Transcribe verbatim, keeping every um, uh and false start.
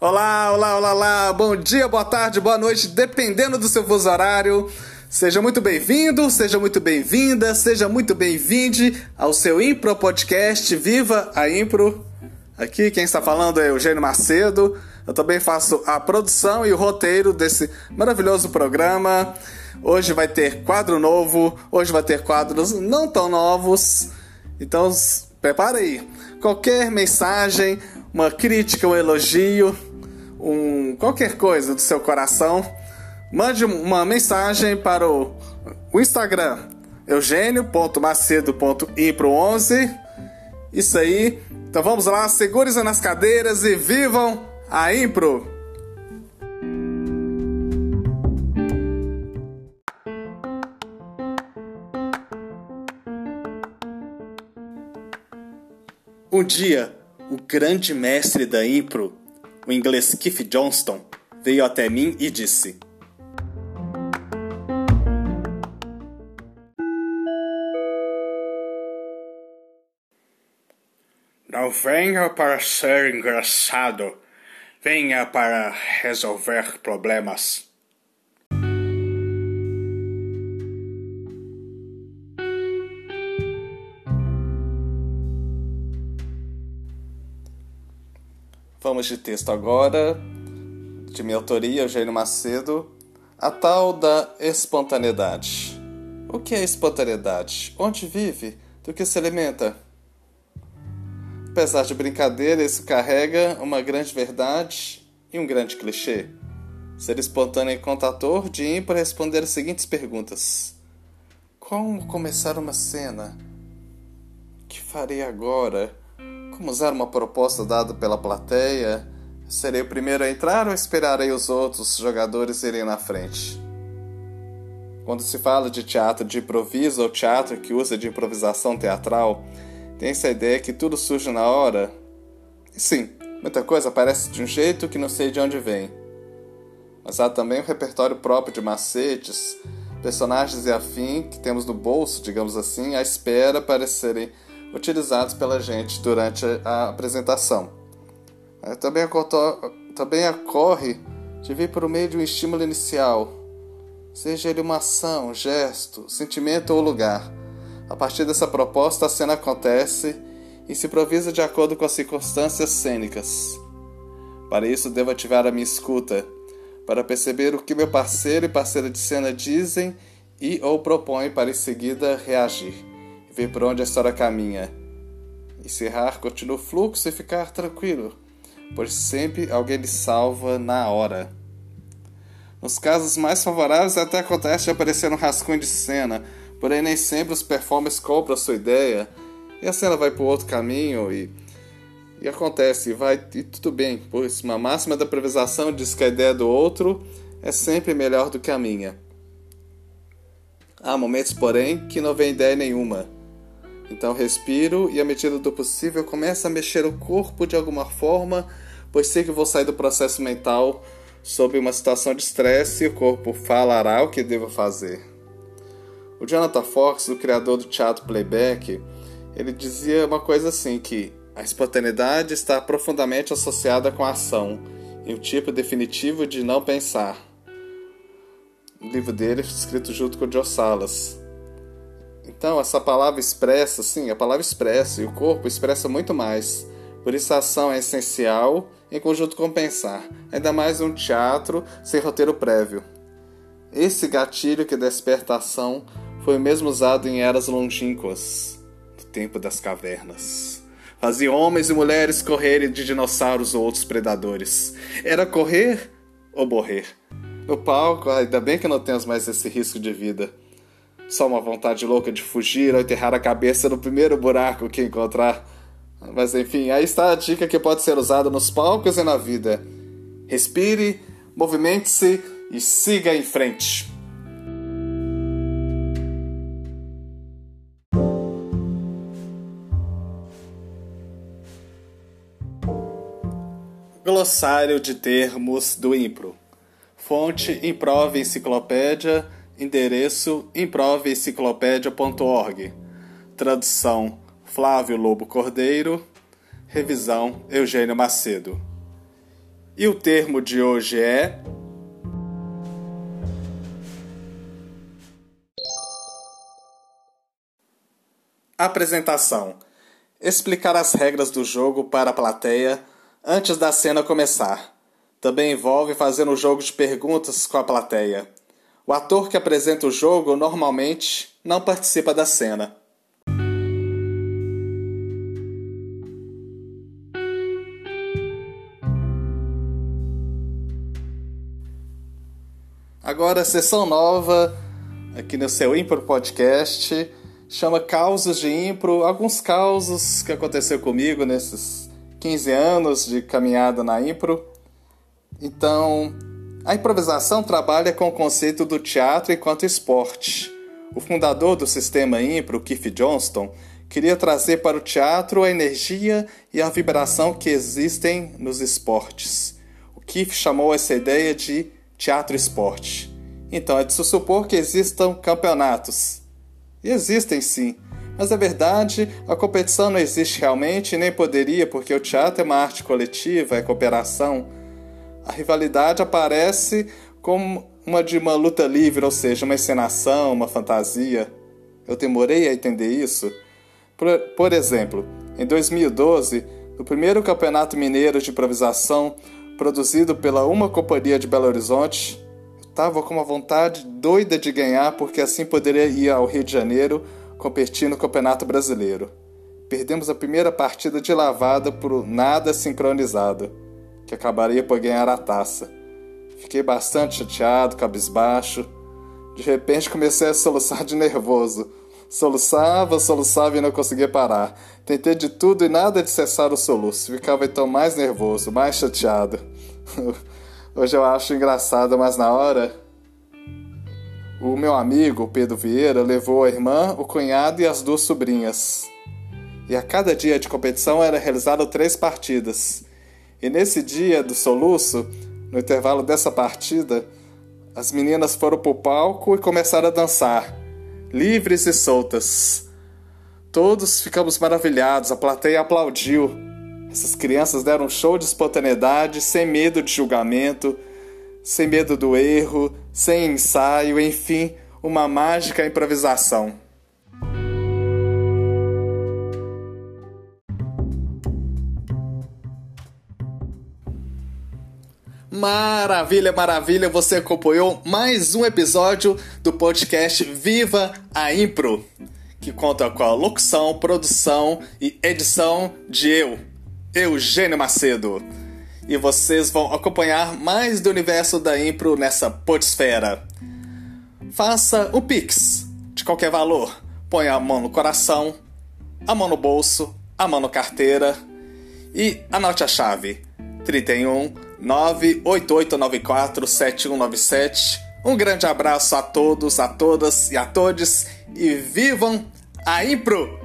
Olá, olá, olá, olá, bom dia, boa tarde, boa noite, dependendo do seu fuso horário. Seja muito bem-vindo, seja muito bem-vinda, seja muito bem-vinde ao seu Impro Podcast. Viva a Impro! Aqui quem está falando é Eugênio Macedo. Eu também faço a produção e o roteiro desse maravilhoso programa. Hoje vai ter quadro novo, hoje vai ter quadros não tão novos. Então, prepara aí. Qualquer mensagem, uma crítica, um elogio, um, qualquer coisa do seu coração, mande uma mensagem para o, o Instagram eugênio ponto macedo ponto impro onze. Isso aí. Então vamos lá, segure-se nas cadeiras e vivam a Impro! Um dia, o grande mestre da Impro, o inglês Keith Johnston, veio até mim e disse: Não venha para ser engraçado, venha para resolver problemas. Vamos de texto agora, de minha autoria, Eugênio Macedo, a tal da espontaneidade. O que é espontaneidade? Onde vive? Do que se alimenta? Apesar de brincadeira, isso carrega uma grande verdade e um grande clichê. Ser espontâneo enquanto ator de Impro responder as seguintes perguntas: como começar uma cena? O que farei agora? Como usar uma proposta dada pela plateia? Serei o primeiro a entrar ou esperarei os outros jogadores irem na frente? Quando se fala de teatro de improviso ou teatro que usa de improvisação teatral, tem essa ideia que tudo surge na hora? E sim, muita coisa aparece de um jeito que não sei de onde vem. Mas há também um repertório próprio de macetes, personagens e afim que temos no bolso, digamos assim, à espera para serem utilizados pela gente durante a apresentação. Também, também ocorre de vir por meio de um estímulo inicial, seja ele uma ação, gesto, sentimento ou lugar. A partir dessa proposta, a cena acontece e se improvisa de acordo com as circunstâncias cênicas. Para isso, devo ativar a minha escuta, para perceber o que meu parceiro e parceira de cena dizem e ou propõem para em seguida reagir, e ver por onde a história caminha. Encerrar, continuar o fluxo e ficar tranquilo, pois sempre alguém lhe salva na hora. Nos casos mais favoráveis, até acontece de aparecer um rascunho de cena, porém nem sempre os performers compram a sua ideia e a cena vai para outro caminho e, e acontece, e vai e tudo bem, pois uma máxima da improvisação diz que a ideia do outro é sempre melhor do que a minha. Há momentos, porém, que não vem ideia nenhuma. Então respiro e, à medida do possível, começo a mexer o corpo de alguma forma, pois sei que vou sair do processo mental sob uma situação de estresse e o corpo falará o que devo fazer. O Jonathan Fox, o criador do teatro playback, ele dizia uma coisa assim, que a espontaneidade está profundamente associada com a ação e o tipo definitivo de não pensar. O livro dele, escrito junto com o Joe Salas. Então, essa palavra expressa, sim, a palavra expressa e o corpo expressa muito mais. Por isso a ação é essencial em conjunto com pensar, ainda mais um teatro sem roteiro prévio. Esse gatilho que desperta a ação foi o mesmo usado em eras longínquas, no tempo das cavernas. Fazia homens e mulheres correrem de dinossauros ou outros predadores. Era correr ou morrer. No palco, ainda bem que não temos mais esse risco de vida. Só uma vontade louca de fugir ou enterrar a cabeça no primeiro buraco que encontrar. Mas enfim, aí está a dica que pode ser usada nos palcos e na vida. Respire, movimente-se e siga em frente. Glossário de termos do Impro. Fonte Improv Enciclopédia. Endereço improv enciclopédia ponto org. Tradução Flávio Lobo Cordeiro. Revisão Eugênio Macedo. E o termo de hoje é... Apresentação. Explicar as regras do jogo para a plateia antes da cena começar. Também envolve fazer um jogo de perguntas com a plateia. O ator que apresenta o jogo normalmente não participa da cena. Agora, sessão nova aqui no seu Impro Podcast, chama Causos de Impro, alguns causos que aconteceu comigo nesses quinze anos de caminhada na Impro. Então, a improvisação trabalha com o conceito do teatro enquanto esporte. O fundador do sistema Impro, Keith Johnston, queria trazer para o teatro a energia e a vibração que existem nos esportes. O Keith chamou essa ideia de teatro-esporte. Então é de se supor que existam campeonatos. E existem sim, mas a verdade, a competição não existe realmente e nem poderia, porque o teatro é uma arte coletiva, é cooperação. A rivalidade aparece como uma de uma luta livre, ou seja, uma encenação, uma fantasia. Eu demorei a entender isso. Por, por exemplo, em dois mil e doze, no primeiro Campeonato Mineiro de Improvisação, produzido pela Uma Companhia de Belo Horizonte, eu estava com uma vontade doida de ganhar, porque assim poderia ir ao Rio de Janeiro competir no Campeonato Brasileiro. Perdemos a primeira partida de lavada por nada sincronizado, que acabaria por ganhar a taça. Fiquei bastante chateado, cabisbaixo. De repente comecei a soluçar de nervoso. Soluçava, soluçava e não conseguia parar. Tentei de tudo e nada de cessar o soluço. Ficava então mais nervoso, mais chateado. Hoje eu acho engraçado, mas na hora... O meu amigo, Pedro Vieira, levou a irmã, o cunhado e as duas sobrinhas. E a cada dia de competição era realizado três partidas. E nesse dia do soluço, no intervalo dessa partida, as meninas foram pro palco e começaram a dançar, livres e soltas. Todos ficamos maravilhados, a plateia aplaudiu. Essas crianças deram um show de espontaneidade, sem medo de julgamento, sem medo do erro, sem ensaio, enfim, uma mágica improvisação. Maravilha, maravilha, você acompanhou mais um episódio do podcast Viva a Impro, que conta com a locução, produção e edição de eu, Eugênio Macedo. E vocês vão acompanhar mais do universo da Impro nessa podesfera. Faça o Pix, de qualquer valor. Ponha a mão no coração, a mão no bolso, a mão na carteira e anote a chave trinta e um, nove oito oito nove quatro, sete um nove sete. Um grande abraço a todos, a todas e a todes e vivam a Impro!